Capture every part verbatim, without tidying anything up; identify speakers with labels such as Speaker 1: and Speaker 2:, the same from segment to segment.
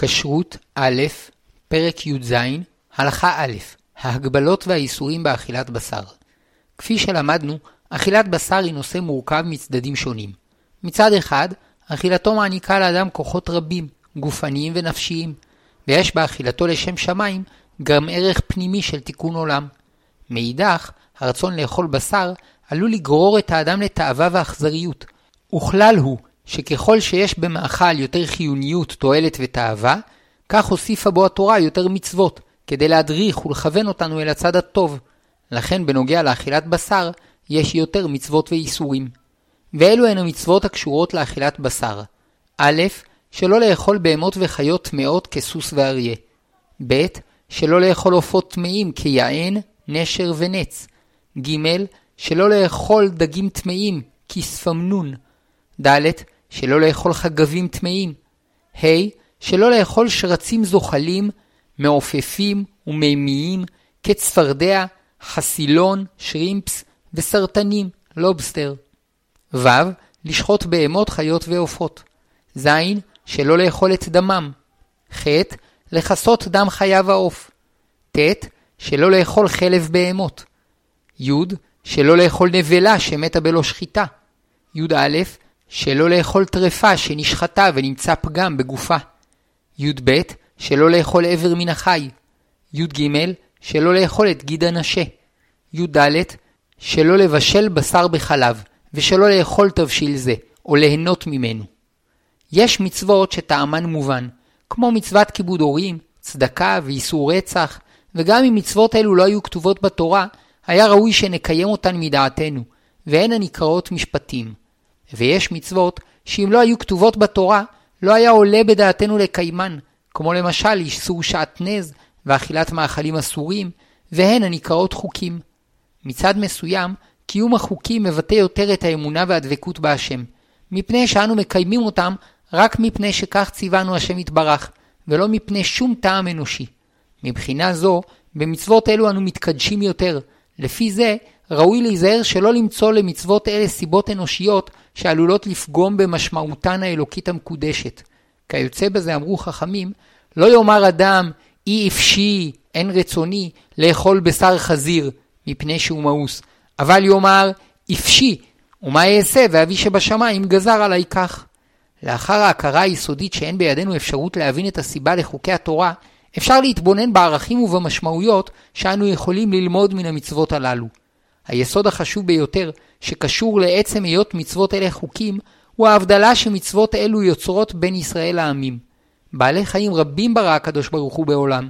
Speaker 1: כשרות א', פרק י"ז, הלכה א', ההגבלות והאיסורים באכילת בשר. כפי שלמדנו, אכילת בשר היא נושא מורכב מצדדים שונים. מצד אחד, אכילתו מעניקה לאדם כוחות רבים, גופניים ונפשיים, ויש באכילתו לשם שמיים גם ערך פנימי של תיקון עולם. מאידך, הרצון לאכול בשר עלול לגרור את האדם לתאווה ואכזריות, וכלל הוא שככל שיש במאכל יותר חיוניות, תועלת ותאווה, כך הוסיפה בו התורה יותר מצוות, כדי להדריך ולכוון אותנו אל הצד הטוב. לכן בנוגע לאכילת בשר, יש יותר מצוות ואיסורים. ואלו הן המצוות הקשורות לאכילת בשר. א', שלא לאכול בהמות וחיות טמאות כסוס ואריה. ב', שלא לאכול עופות טמאים כיען, נשר ונץ. ג', שלא לאכול דגים טמאים כספמנון. ד', שלא לאכול חגבים טמאים. ה', שלא לאכול שרצים זוחלים, מעופפים ומימיים כצפרדע, חסילון, שרימפס וסרטנים, לובסטר. ו', לשחוט בהמות, חיות ועופות. ז', שלא לאכול את דמם. ח', לחסות דם חיה ועוף. ט', שלא לאכול חלב בהמות. י', שלא לאכול נבלה שמתה בלא שחיטה. י' שלא לאכול טרפה שנשחטה ונמצא פגם בגופה. י' שלא לאכול עבר מן החי. י' שלא לאכול את גיד הנשה. י' שלא לבשל בשר בחלב, ושלא לאכול תבשיל זה, או ליהנות ממנו. יש מצוות שטעמן מובן, כמו מצוות כיבוד הורים, צדקה ואיסור רצח, וגם אם מצוות אלו לא היו כתובות בתורה, היה ראוי שנקיים אותן מדעתנו, והן הנקראות משפטים. ויש מצוות שאם לא היו כתובות בתורה, לא היה עולה בדעתנו לקיימן, כמו למשל איסור שעטנז ואכילת מאכלים אסורים, והן הנקראות חוקים. מצד מסוים, קיום החוקים מבטא יותר את האמונה והדבקות בהשם, מפני שאנו מקיימים אותם רק מפני שכך ציוונו השם יתברך, ולא מפני שום טעם אנושי. מבחינה זו, במצוות אלו אנו מתקדשים יותר. לפי זה, ראוי להיזהר שלא למצוא למצוות אלה סיבות אנושיות שעלולות לפגום במשמעותן האלוקית המקודשת. כיוצא בזה אמרו חכמים, לא יאמר אדם, אי אפשי, אין רצוני, לאכול בשר חזיר, מפני שהוא מאוס. אבל יאמר, אפשי, ומה יעשה ואבי שבשמיים גזר עלי כך. לאחר ההכרה היסודית שאין בידינו אפשרות להבין את הסיבה לחוקי התורה, אפשר להתבונן בערכים ובמשמעויות שאנו יכולים ללמוד מן המצוות הללו. היסוד החשוב ביותר שקשור לעצם היות מצוות אלה חוקים, הוא ההבדלה שמצוות אלו יוצרות בין ישראל לעמים. בעלי חיים רבים ברא הקדוש ברוך הוא בעולם,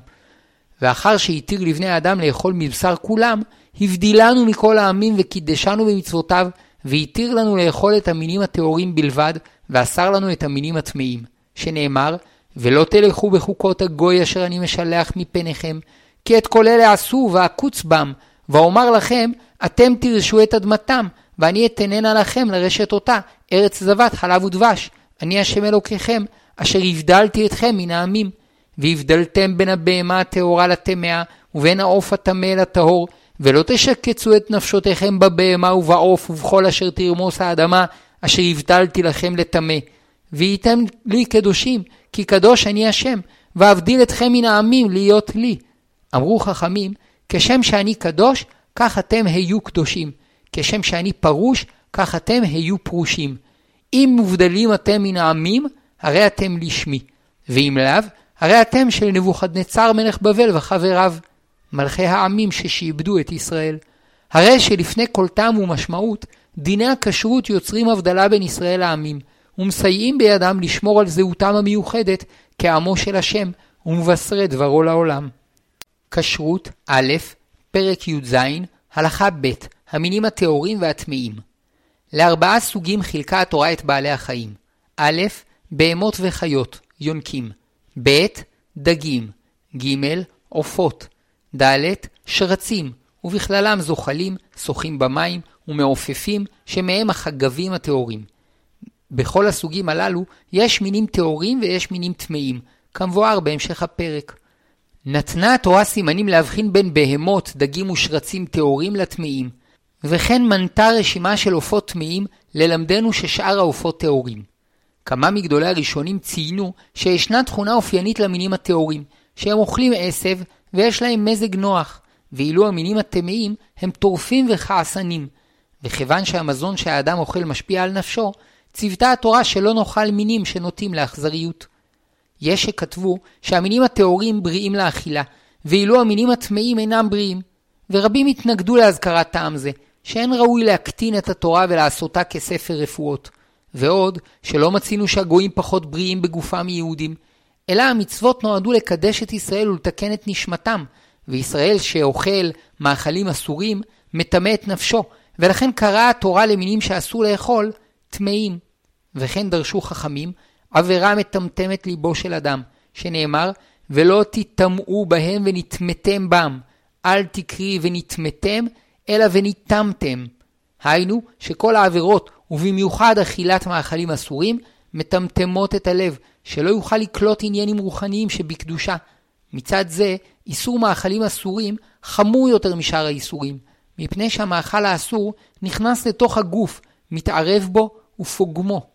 Speaker 1: ואחר שהתיר לבני האדם לאכול מבשר כולם, הבדילנו מכל העמים וקידשנו במצוותיו, והתיר לנו לאכול את המינים הטהורים בלבד, ואסר לנו את המינים הטמאים, שנאמר, ולא תלכו בחוקות הגוי אשר אני משלח מפניכם, כי את כל אלה עשו ועקוץ בם, ואומר לכם, אתם תרשו את אדמתם, ואני אתננה לכם לרשת אותה, ארץ זבת חלב ודבש, אני השם אלוקיכם, אשר הבדלתי אתכם מן העמים, והבדלתם בין הבהמה הטהורה לטמאה, ובין העוף הטמא לטהור, ולא תשקצו את נפשותיכם בבהמה ובעוף ובכל אשר תרמוס האדמה, אשר הבדלתי לכם לטמא. והייתם לי קדושים, כי קדוש אני השם, ואבדיל אתכם מן העמים להיות לי. אמרו חכמים, כשם שאני קדוש, כך אתם היו קדושים. כשם שאני פרוש, כך אתם היו פרושים. אם מובדלים אתם מן העמים, הרי אתם לשמי. ואם לאו, הרי אתם של נבוכדנצר מלך בבל וחבריו, מלכי העמים ששיבדו את ישראל. הרי שלפני כל טעם ומשמעות, דיני הכשרות יוצרים הבדלה בין ישראל לעמים, ומסייעים בידם לשמור על זהותם המיוחדת כעמו של השם, ומבשרי דברו לעולם. כשרות א', פרק י"ז, הלכה ב', המינים הטהורים והטמאים. לארבעה סוגים חילקה התורה את בעלי החיים. א', בהמות וחיות, יונקים. ב', דגים. ג', עופות. ד', שרצים, ובכללם זוחלים, שוחים במים ומעופפים, שמהם החגבים הטהורים. בכל הסוגים הללו יש מינים טהורים ויש מינים טמאים, כמבואר בהמשך הפרק. נתנה התורה סימנים להבחין בין בהמות, דגים ושרצים טהורים לטמאים, וכן מנתה רשימה של עופות טמאים ללמדנו ששאר העופות טהורים. כמה מגדולי הראשונים ציינו שישנה תכונה אופיינית למינים הטהורים, שהם אוכלים עשב ויש להם מזג נוח, ואילו המינים הטמאים הם טורפים וכעסנים. וכיוון שהמזון שהאדם אוכל משפיע על נפשו, ציוותה התורה שלא נאכל מינים שנוטים לאכזריות. יש שכתבו שהמינים הטהורים בריאים לאכילה, ואילו המינים הטמאים אינם בריאים, ורבים התנגדו להזכרת טעם זה, שאין ראוי להקטין את התורה ולעשותה כספר רפואות. ועוד שלא מצינו שהגויים פחות בריאים בגופם מיהודים, אלא המצוות נועדו לקדש את ישראל ולתקן את נשמתם, וישראל שאוכל מאכלים אסורים מטמא את נפשו, ולכן קראה התורה למינים שאסור לאכול טמאים. וכן דרשו חכמים עבירה מטמטמת ליבו של אדם, שנאמר ולא תטמאו בהם ונטמתם בם, אל תקרי ונטמתם אלא וניטמתם. היינו שכל העבירות ובמיוחד אכילת מאכלים אסורים מטמטמות את הלב, שלא יוכל לקלוט עניינים רוחניים שבקדושה. מצד זה איסור מאכלים אסורים חמור יותר משאר האיסורים, מפני שהמאכל האסור נכנס לתוך הגוף, מתערב בו ופוגמו.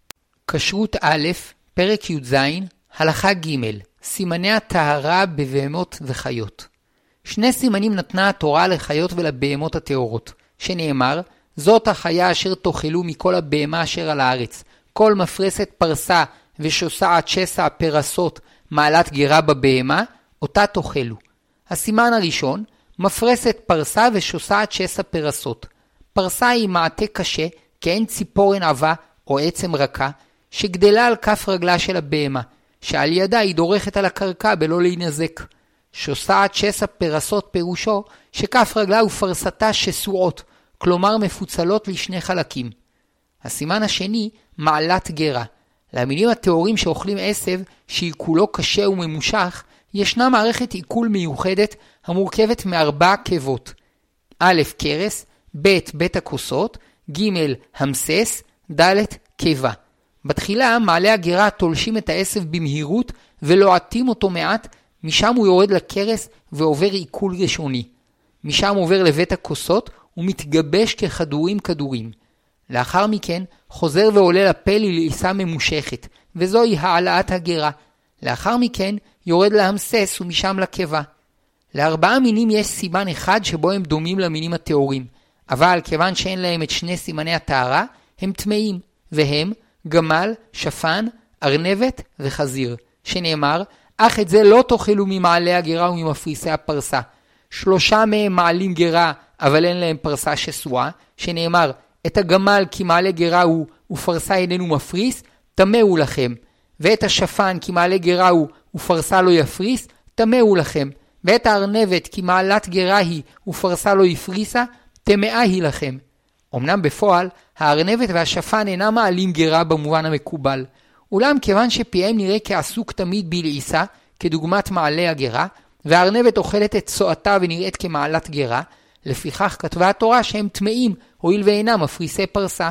Speaker 1: כשרות א', פרק י"ז, הלכה ג', סימני הטהרה בבהמות וחיות. שני סימנים נתנה התורה לחיות ולבהמות הטהורות, שנאמר, זאת החיה אשר תאכלו מכל הבהמה אשר על הארץ, כל מפרסת פרסה ושוסעת שסע פרסות מעלת גרה בבהמה, אותה תאכלו. הסימן הראשון, מפרסת פרסה ושוסעת שסע פרסות. פרסה היא מעטה קשה, כאין ציפורן עבה או עצם רכה, שגדלה על כף רגלה של הבהמה, שעל ידה היא דורכת על הקרקע בלא להינזק. שוסעת שסע פרסות פירושו שכף רגלה ופרסתה שסועות, כלומר מפוצלות לשני חלקים. הסימן השני, מעלת גרה. למינים הטהורים שאוכלים עשב, שהיא כולו קשה וממושך, ישנה מערכת עיכול מיוחדת המורכבת מארבע קבות. א', קרס, ב', בית הכוסות, ג', המסס, ד', קיבה. בתחילה מעלה הגרה תולשים את העשב במהירות ולועטים אותו מעט, משם הוא יורד לקרס ועובר עיכול ראשוני. משם עובר לבית הכוסות ומתגבש ככדורים כדורים. לאחר מכן חוזר ועולה לפה ללעיסה ממושכת, וזוהי העלאת הגרה. לאחר מכן יורד להמסס ומשם לקיבה. לארבעה מינים יש סימן אחד שבו הם דומים למינים הטהורים, אבל כיוון שאין להם את שני סימני הטהרה, הם טמאים, והם גמל, שפן, ארנבת וחזיר, שנאמר, אך את זה לא תאכלו ממעלה הגרה וממפריסי הפרסה. שלושה מהם מעלים גרה, אבל אין להם פרסה שסועה, שנאמר, את הגמל כי מעלה גרה הוא ופרסה איננו מפריס, תמאו לכם. ואת השפן כי מעלה גרה הוא ופרסה לא יפריס, תמאו לכם. ואת הארנבת כי מעלת גרה היא ופרסה לא יפריסה, תמאה היא לכם. אמנם בפועל, הארנבת והשפן אינם מעלים גרה במובן המקובל. אולם כיוון שפיהם נראה כעסוק תמיד בלעיסה, כדוגמת מעלה הגרה, והארנבת אוכלת את צועתה ונראית כמעלת גרה, לפיכך כתבה התורה שהם טמאים, הואיל ואינם מפריסי פרסה.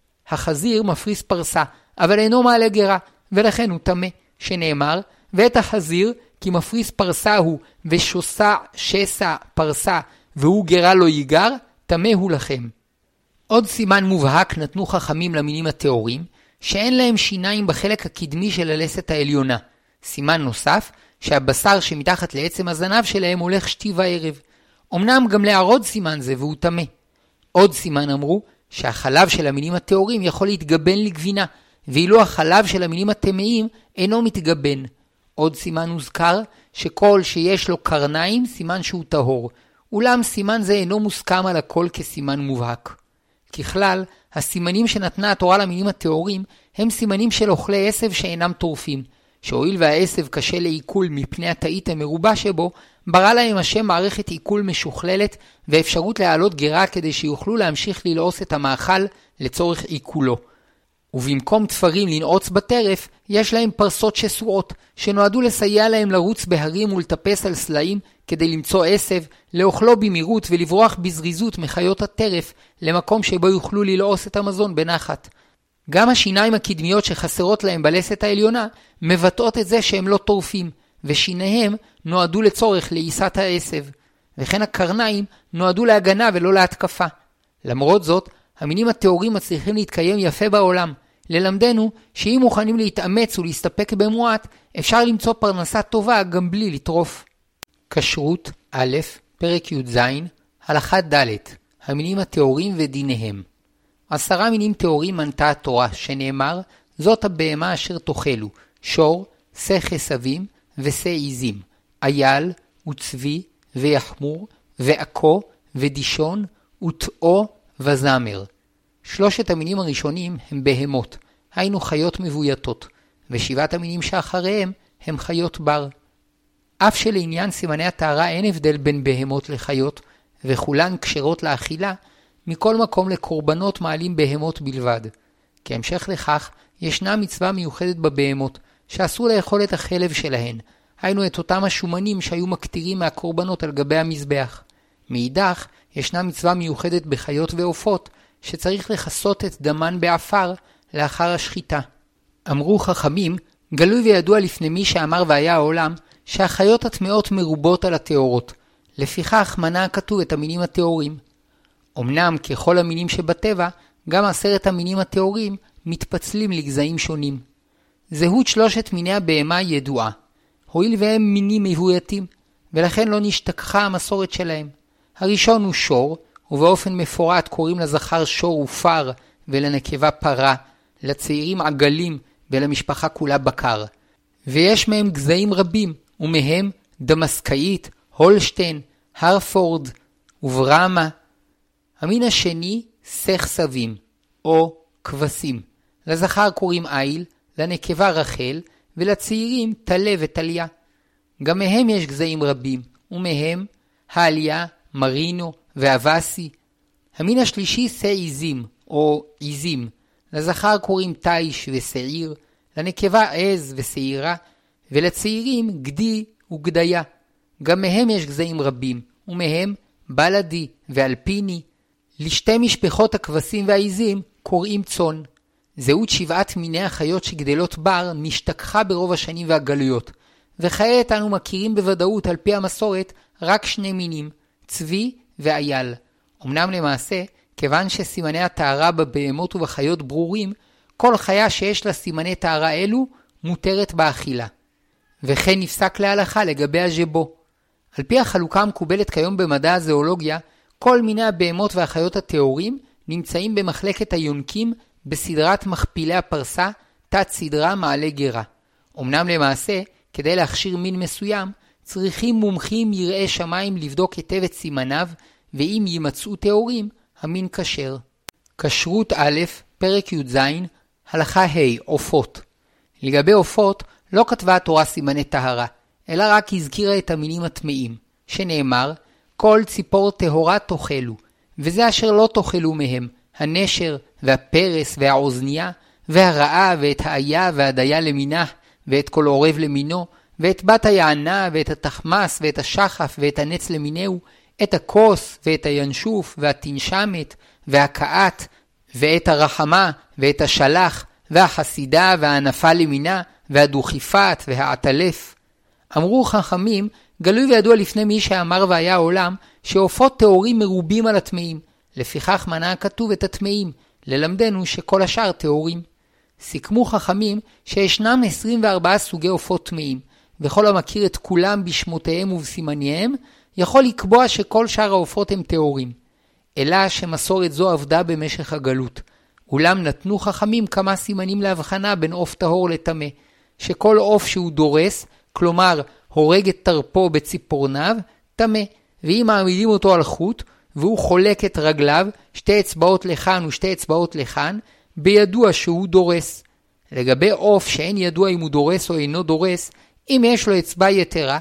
Speaker 1: החזיר מפריס פרסה, אבל אינו מעלה גרה, ולכן הוא טמא, שנאמר, ואת החזיר כי מפריס פרסה הוא, ושוסע שסע פרסה, והוא גרה לא ייגר, טמא הוא לכם. עוד סימן מובהק נתנו חכמים למינים הטהורים, שאין להם שיניים בחלק הקדמי של הלסת העליונה. סימן נוסף, שהבשר שמתחת לעצם הזנב שלהם הולך שתי וערב. אמנם גם להראות סימן זה והוא טמא. עוד סימן אמרו שהחלב של המינים הטהורים יכול להתגבן לגבינה, ואילו החלב של המינים הטמאים אינו מתגבן. עוד סימן הוזכר שכל שיש לו קרניים סימן שהוא טהור, אולם סימן זה אינו מוסכם על הכל כסימן מובהק. ככלל, הסימנים שנתנה התורה למינים הטהורים הם סימנים של אוכלי עשב שאינם טורפים, שהואיל והעשב קשה לעיכול מפני התאית המרובה שבו, ברא להם השם מערכת עיכול משוכללת ואפשרות להעלות גרה כדי שיוכלו להמשיך ללעוס את המאכל לצורך עיכולו. ובמקום תפרים לנעוץ בטרף, יש להם פרסות שסועות, שנועדו לסייע להם לרוץ בהרים ולטפס על סלעים כדי למצוא עשב, לאוכלו במהירות ולברוח בזריזות מחיות הטרף למקום שבו יוכלו ללעוס את המזון בנחת. גם השיניים הקדמיות שחסרות להם בלסת העליונה מבטאות את זה שהם לא טורפים, ושיניהם נועדו לצורך לעיסת העשב, וכן הקרניים נועדו להגנה ולא להתקפה. למרות זאת, המינים הטהורים מצליחים להתקיים יפה בעולם, ללמדנו שאם מוכנים להתאמץ ולהסתפק במועט, אפשר למצוא פרנסה טובה גם בלי לטרוף. כשרות א', פרק י"ז, הלכה ד', המינים הטהורים ודיניהם. עשרה מינים טהורים מנתה התורה, שנאמר, זאת הבהמה אשר תאכלו, שור, שא חסבים ושא עיזים, אייל וצבי ויחמור ועכו ודישון ותאו וזמר. שלושת המינים הראשונים הם בהמות, היינו חיות מבויתות, ושבעת המינים שאחריהם הם חיות בר. אף שלעניין סימני הטהרה אין הבדל בין בהמות לחיות, וכולן כשרות לאכילה, מכל מקום לקורבנות מעלים בהמות בלבד. כהמשך לכך, ישנה מצווה מיוחדת בבהמות, שאסור לאכול את החלב שלהן, היינו את אותם השומנים שהיו מקטירים מהקורבנות על גבי המזבח. מאידך, ישנה מצווה מיוחדת בחיות ועופות, שצריך לחסות את דמן באפר לאחר השחיטה. אמרו חכמים, גלוי וידוע לפני מי שאמר והיה העולם, שהחיות הטמאות מרובות על הטהורות. לפיכך מנה הכתוב את המינים הטהורים. אמנם ככל המינים שבטבע, גם עשרת המינים הטהורים מתפצלים לגזעים שונים. זהות שלושת מיני הבהמה ידועה. הואיל והם מינים מבויתים, ולכן לא נשתכחה המסורת שלהם. הראשון הוא שור, ובאופן מפורט קוראים לזכר שור ופר, ולנקבה פרה, לצעירים עגלים, ולמשפחה כולה בקר. ויש מהם גזעים רבים, ומהם דמסקאית, הולשטיין, הרפורד וברמה. המין השני, שא חסבים, או כבשים. לזכר קוראים איל, לנקבה רחל, ולצעירים תלה ותליה. גם מהם יש גזעים רבים, ומהם העליה, מרינו ואבסי. המין השלישי שא עיזים, או עיזים. לזכר קוראים תיש ושעיר, לנקבה עז ושעירה, ולצעירים גדי וגדיה. גם מהם יש גזעים רבים, ומהם בלדי ואלפיני. לשתי משפחות הכבשים והעיזים קוראים צאן. זהות שבעת מיני החיות שגדלות בר נשתכחה ברוב השנים והגלויות, וכעת אנו מכירים בוודאות על פי המסורת רק שני מינים, צבי ואייל. אמנם למעשה, כיוון שסימני הטהרה בבהמות ובחיות ברורים, כל חיה שיש לה סימני טהרה אלו מותרת באכילה. וכן נפסק להלכה לגבי הז'בו. על פי החלוקה המקובלת כיום במדע הזואולוגיה, כל מיני הבהמות והחיות הטהורים נמצאים במחלקת היונקים בסדרת מכפילי הפרסה, תת סדרה מעלה גרה. אמנם למעשה, כדי להכשיר מין מסוים, צריכים מומחים יראי שמיים לבדוק היטב את סימניו, ואם יימצאו טהורים, המין כשר. כשרות א', פרק י"ז, הלכה ה', עופות. לגבי עופות, לא כתבה התורה סימני טהרה, אלא רק הזכירה את המינים הטמאים, שנאמר, כל ציפור טהורה תאכלו, וזה אשר לא תאכלו מהם, הנשר והפרס והאוזניה, והרעה ואת האיה והדיה למינה, ואת כל עורב למינו, ואת בת היענה ואת התחמס ואת השחף ואת הנץ למינהו, את הכוס ואת הינשוף והתנשמת והקעת, ואת הרחמה ואת השלח והחסידה והענפה למינה והדוכיפת והעטלף. אמרו חכמים, גלוי וידוע לפני מי שאמר והיה העולם, שעופות טהורים מרובים על הטמאים. לפיכך מנה הכתוב את הטמאים, ללמדנו שכל השאר טהורים. סיכמו חכמים שישנם עשרים וארבעה סוגי עופות טמאים, וכל המכיר את כולם בשמותיהם ובסימניהם, יכול לקבוע שכל שאר העופות הם טהורים. אלא שמסורת זו עבדה במשך הגלות. אולם נתנו חכמים כמה סימנים להבחנה בין עוף טהור לטמא, שכל עוף שהוא דורס, כלומר הורג את תרפו בציפורניו, טמא, ואם מעמידים אותו על חוט, והוא חולק את רגליו, שתי אצבעות לכאן ושתי אצבעות לכאן, בידוע שהוא דורס. לגבי עוף שאין ידוע אם הוא דורס או אינו דורס, אם יש לו אצבע יתרה,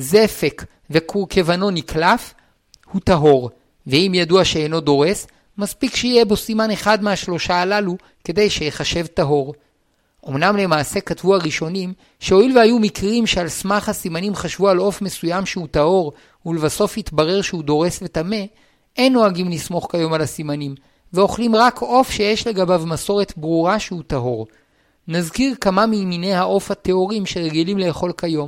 Speaker 1: זפק וקורקבנו נקלף, הוא טהור, ואם ידוע שאינו דורס, מספיק שיהיה בו סימן אחד מהשלושה הללו כדי שיחשב טהור. אמנם למעשה כתבו הראשונים שהואיל והיו מקרים שעל סמך הסימנים חשבו על עוף מסוים שהוא טהור ולבסוף התברר שהוא דורס וטמא, אין נוהגים לסמוך כיום על הסימנים, ואוכלים רק עוף שיש לגביו מסורת ברורה שהוא טהור. נזכיר כמה ממיני העוף הטהורים שרגילים לאכול כיום.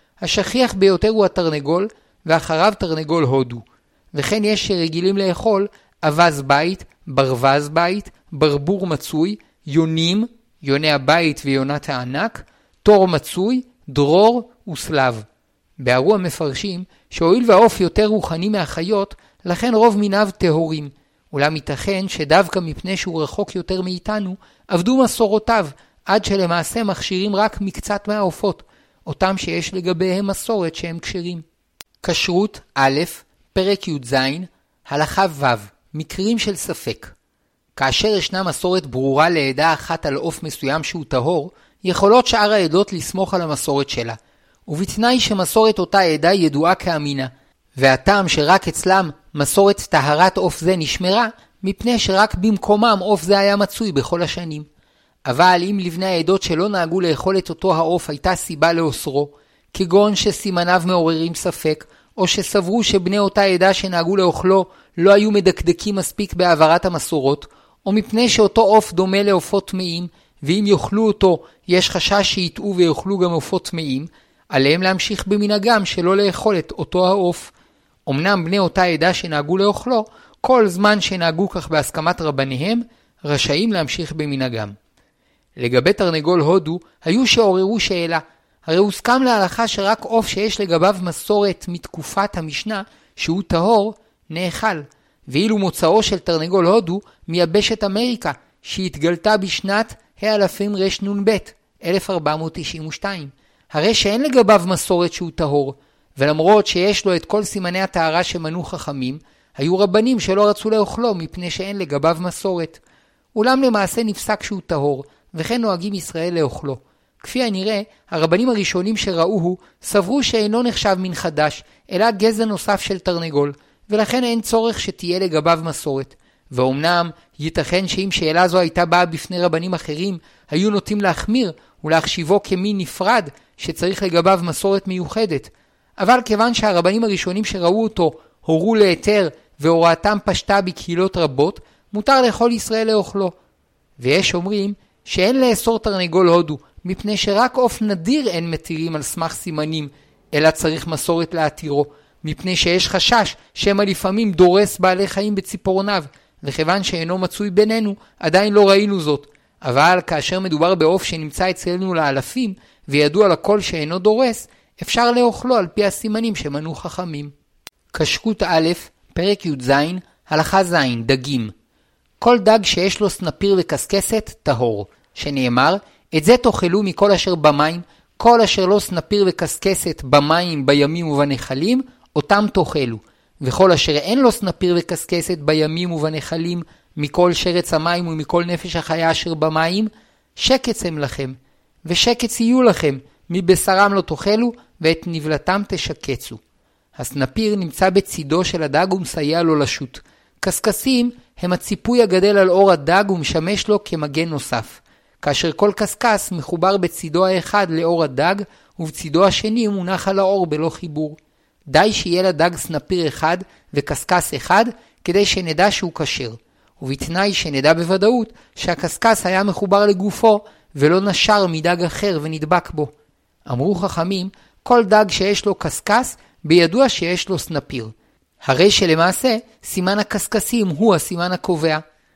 Speaker 1: השכיח ביותר הוא התרנגול, ואחריו תרנגול הודו. וכן יש שרגילים לאכול אבז בית, ברווז בית, ברבור מצוי, יונים יוני הבית ויונת הענק, תור מצוי, דרור וסלב. בערו המפרשים שהואיל והעוף יותר רוחני מהחיות, לכן רוב מיניו טהורים. אולם ייתכן שדווקא מפני שהוא רחוק יותר מאיתנו, עבדו מסורותיו, עד שלמעשה מכשירים רק מקצת מהעופות, אותם שיש לגביהם מסורת שהם כשרים. כשרות א', פרק י"ז, הלכה ו', מקרים של ספק. כאשר ישנה מסורת ברורה לעדה אחת על עוף מסוים שהוא טהור, יכולות שאר העדות לסמוך על המסורת שלה, ובתנאי שמסורת אותה עדה ידועה כאמינה, והטעם שרק אצלם מסורת טהרת עוף זה נשמרה, מפני שרק במקומם עוף זה היה מצוי בכל השנים. אבל אם לבני העדות שלא נהגו לאכול את אותו העוף הייתה סיבה לאוסרו, כגון שסימניו מעוררים ספק, או שסברו שבני אותה עדה שנהגו לאוכלו לא היו מדקדקים מספיק בעברת המסורות, או מפני שאותו עוף דומה לעופות טמאים, ואם יאכלו אותו יש חשש שיטעו ויאכלו גם עופות טמאים, עליהם להמשיך במנהגם שלא לאכול את אותו העוף. אמנם בני אותה עדה שנהגו לאוכלו, כל זמן שנהגו כך בהסכמת רבניהם, רשאים להמשיך במנהגם. לגבי תרנגול הודו, היו שעוררו שאלה, הרי הוסכם להלכה שרק עוף שיש לגביו מסורת מתקופת המשנה, שהוא טהור, נאכל, ואילו מוצאו של תרנגול הודו מייבשת אמריקה, שהתגלתה בשנת האלפים רנ"ב, אלף ארבע מאות תשעים ושתיים. הרי שאין לגביו מסורת שהוא טהור, ולמרות שיש לו את כל סימני הטהרה שמנו חכמים, היו רבנים שלא רצו לאוכלו מפני שאין לגביו מסורת. אולם למעשה נפסק שהוא טהור, וכן נוהגים ישראל לאוכלו. כפי הנראה, הרבנים הראשונים שראוהו סברו שאינו נחשב מן חדש, אלא גזע נוסף של תרנגול, ולכן אין צורך שתהיה לגביו מסורת. ואומנם ייתכן שאם שאלה זו הייתה באה בפני רבנים אחרים, היו נוטים להחמיר ולהחשיבו כמין נפרד שצריך לגביו מסורת מיוחדת. אבל כיוון שהרבנים הראשונים שראו אותו הורו להיתר והוראתם פשטה בקהילות רבות, מותר לכל ישראל לאוכלו. ויש אומרים שאין לאסור תרנגול הודו, מפני שרק עוף נדיר אין מתירים על סמך סימנים, אלא צריך מסורת להתירו, מפני שיש חשש שמא לפעמים דורס בעלי חיים בציפורניו, וכיוון שאינו מצוי בינינו, עדיין לא ראינו זאת. אבל כאשר מדובר בעוף שנמצא אצלנו לאלפים, וידוע לכל שאינו דורס, אפשר לאוכלו על פי הסימנים שמנו חכמים. כשרות א', פרק י"ז, הלכה ז', דגים. כל דג שיש לו סנפיר וקסקסת, טהור, שנאמר, את זה תאכלו מכל אשר במים, כל אשר לא סנפיר וקסקסת במים, בימים ובנחלים, אותם תאכלו. וכל אשר אין לו סנפיר וקסקסת בימים ובנחלים, מכל שרץ המים ומכל נפש החיה אשר במים, שקץ הם לכם, ושקץ יהיו לכם, מבשרם לא תאכלו, ואת נבלתם תשקצו. הסנפיר נמצא בצידו של הדג ומסייע לו לשוט. קסקסים הם הציפוי הגדל על אור הדג ומשמש לו כמגן נוסף. כאשר כל קסקס מחובר בצידו האחד לאור הדג, ובצידו השני מונח על האור בלא חיבור. די שיהיה לדג סנפיר אחד וקסקס אחד, כדי שנדע שהוא כשר. ובתנאי שנדע בוודאות שהקסקס היה מחובר לגופו, ולא נשר מדג אחר ונדבק בו. אמרו חכמים, כל דג שיש לו קסקס, בידוע שיש לו סנפיר. הרי שלמעשה, סימן הקסקסים הוא הסימן הקובע.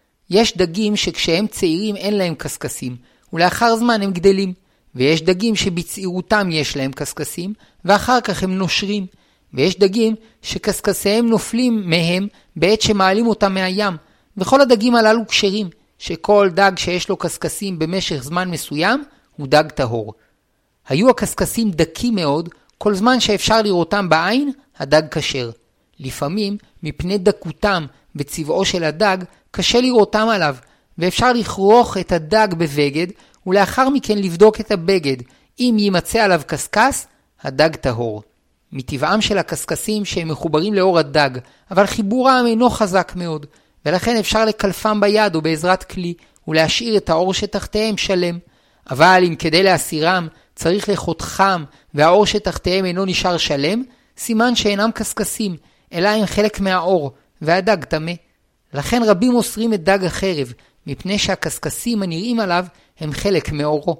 Speaker 1: יש דגים שכשהם צעירים אין להם קסקסים, ולאחר זמן הם גדלים. ויש דגים שבצעירותם יש להם קסקסים, ואחר כך הם נושרים. ויש דגים שקסקסיהם נופלים מהם בעת שמעלים אותם מהים. וכל הדגים הללו כשרים, שכל דג שיש לו קסקסים במשך זמן מסוים, הוא דג טהור. היו הקסקסים דקים מאוד, כל זמן שאפשר לראותם בעין, הדג כשר. לפעמים, מפני דקותם וצבעו של הדג, קשה לראותם עליו, ואפשר לכרוך את הדג בבגד, ולאחר מכן לבדוק את הבגד. אם יימצא עליו קסקס, הדג טהור. מטבעם של הקסקסים שהם מחוברים לאור הדג, אבל חיבורם אינו חזק מאוד, ולכן אפשר לקלפם ביד או בעזרת כלי, ולהשאיר את האור שתחתיהם שלם. אבל אם כדי להסירם צריך לחותכם, והאור שתחתיהם אינו נשאר שלם, סימן שאינם קסקסים, אלא הם חלק מהאור, והדג טמא. לכן רבים אוסרים את דג החרב, מפני שהקסקסים הנראים עליו הם חלק מאורו.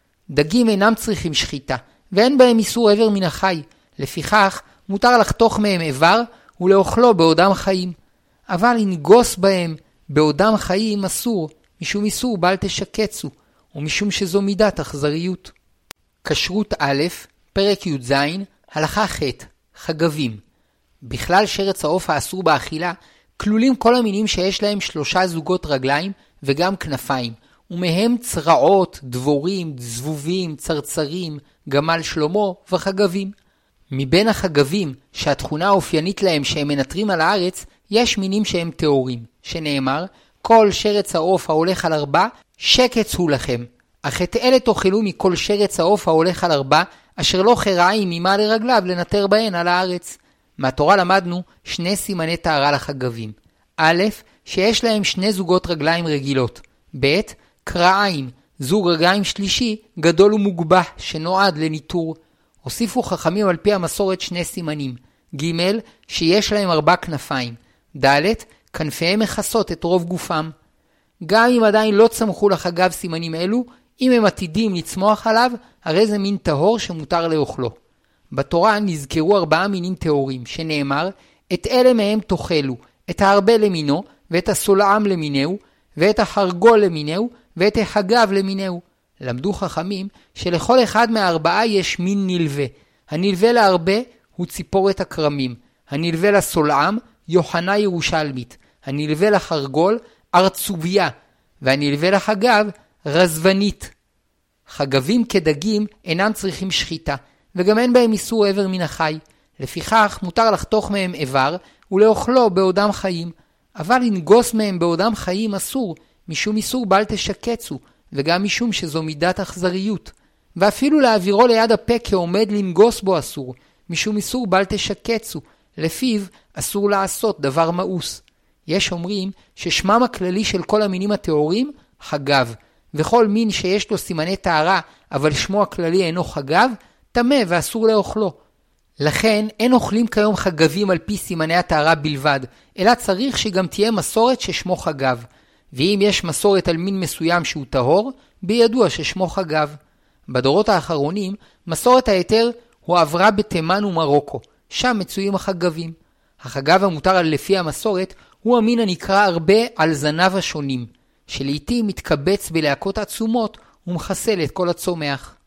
Speaker 1: דגים אינם צריכים שחיטה, ואין בהם איסור עבר מן החי. לפיכך, מותר לחתוך מהם איבר ולאוכלו בעודם חיים. אבל לנגוס בהם בעודם חיים אסור, משום איסור בל תשקצו. ומשום שזו מידת אכזריות. כשרות א', פרק י"ז, הלכה ח', חגבים. בכלל שרץ העוף האסור באכילה, כלולים כל המינים שיש להם שלושה זוגות רגליים וגם כנפיים, ומהם צרעות, דבורים, זבובים, צרצרים, גמל שלמה וחגבים. מבין החגבים, שהתכונה האופיינית להם שהם מנטרים על הארץ, יש מינים שהם טהורים, שנאמר, כל שרץ העוף ההולך על ארבע, שקץ הוא לכם. אך את אלה תאכלו מכל שרץ העוף ההולך על ארבע, אשר לא חרעים ממה לרגליו לנטר בהן על הארץ. מהתורה למדנו שני סימני טהרה לחגבים. א', שיש להם שני זוגות רגליים רגילות. ב', קרעיים, זוג רגליים שלישי, גדול ומוגבח, שנועד לניטור. הוסיפו חכמים על פי המסורת שני סימנים. ג', שיש להם ארבע כנפיים. ד', כנפיהם מכסות את רוב גופם. גם אם עדיין לא צמחו לחגב סימנים אלו, אם הם עתידים לצמוח עליו, הרי זה מין טהור שמותר לאוכלו. בתורה נזכרו ארבעה מינים טהורים, שנאמר, את אלה מהם תאכלו, את ההרבה למינו, ואת הסולעם למינהו, ואת החרגול למינהו, ואת החגב למינהו. למדו חכמים שלכל אחד מהארבעה יש מין נלווה. הנלווה להרבה הוא ציפורת הכרמים, הנלווה לסולעם, יוחנה ירושלמית, הנלווה לחרגול, ארצוביה, והנלווה לחגב, רזבנית. חגבים כדגים אינם צריכים שחיטה, וגם אין בהם איסור עבר מן החי. לפיכך מותר לחתוך מהם איבר ולאוכלו בעודם חיים, אבל לנגוס מהם בעודם חיים אסור, משום איסור בל תשקצו, וגם משום שזו מידת אכזריות. ואפילו להעבירו ליד הפה כעומד לנגוס בו אסור, משום איסור בל תשקצו, לפיו אסור לעשות דבר מאוס. יש אומרים ששמם הכללי של כל המינים הטהורים חגב, וכל מין שיש לו סימני טהרה, אבל שמו הכללי אינו חגב, טמא ואסור לאוכלו. לכן אין אוכלים כיום חגבים על פי סימני הטהרה בלבד, אלא צריך שגם תהיה מסורת ששמו חגב. ואם יש מסורת על מין מסוים שהוא טהור, בידוע ששמו חגב. בדורות האחרונים, מסורת היתר הועברה בתימן ומרוקו, שם מצויים החגבים. החגב המותר לפי המסורת הוא המין הנקרא הרבה על זנב השונים, שלעיתים מתקבץ בלהקות עצומות ומחסל את כל הצומח.